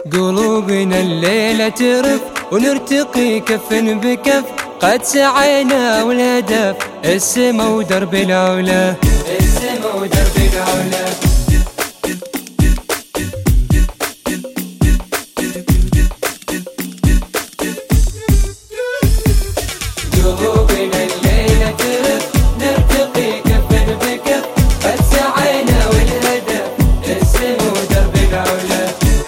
قلوبنا الليلة ترف ونرتقي كف بكف، قد سعينا والهدف السما ودرب العلا، السما ودرب العلا. قلوبنا الليلة ترف نرتقي كف بكف، قد سعينا والهدف السما ودرب العلا.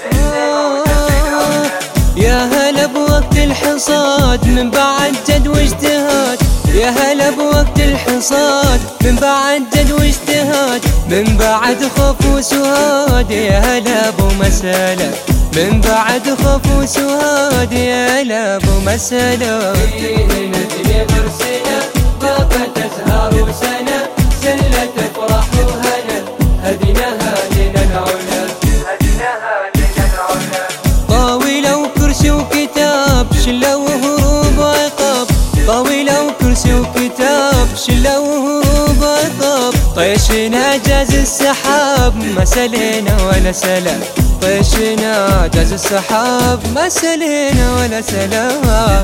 يا هلا بوقت الحصاد من بعد جد واجتهاد، يا هلا بوقت الحصاد من بعد جد واجتهاد، من بعد خوف وسهاد يا هلا ابو مسألة، من بعد خوف وسهاد يا هلا ابو مسألة. فيه ندري غرسنا باقت ازهار وسنة، سلة افراح وهنا هديناها لنا العلا، هديناها لنا العلا. طاولة وكرسي وكتاب شلة وهروب وعقاب، طاولة وكرسي وكتاب شلة وهروب وعقاب. طيشنا جاز السحاب ما سلينا ولا سلام، طيشنا جاز السحاب ما سلينا ولا سلام.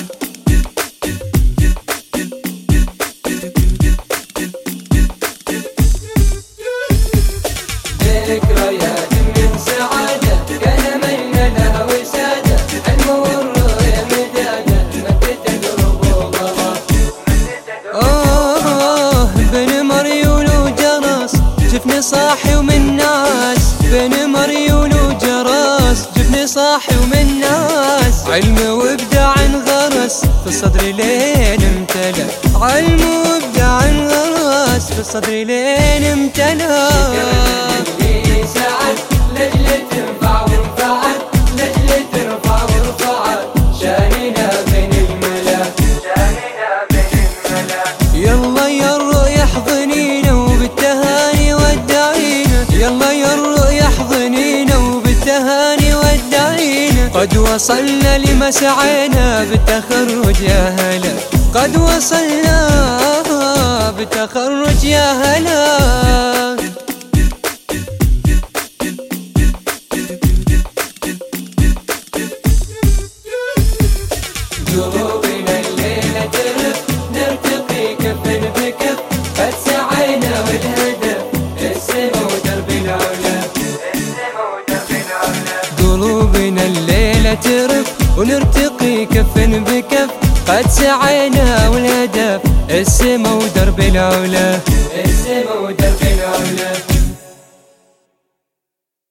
ذكريات من سعادة كان مينا لها وسادة، المر يا مدادة مدت درب وغلا. بن مريول وجرس شفني صاحي ومن ناس، بن مريول وجرس شفني صاحي ومن ناس. علم وابداع غرس في الصدر لين امتلأ، علم وابداع غرس في الصدر لين امتلأ. سعد لجل تنفع ورفعت، لجل ترفع ورفعت شاننا بين الملا، شاننا بين الملا. يلا يا الرؤيا احضنينا وبالتهاني ودعينا، يلا يا الرؤيا احضنينا وبالتهاني ودعينا. قد وصلنا لما سعينا بالتخرج يا هلا، قد وصلنا بالتخرج يا هلا. قلوبنا الليلة ترف نرتقي كف بكف، قد سعينا والهدف السما ودرب العلا، السما ودرب العلا. قلوبنا الليلة ترف ونرتقي كف بكف، قد سعينا والهدف السما ودرب العلا، السما ودرب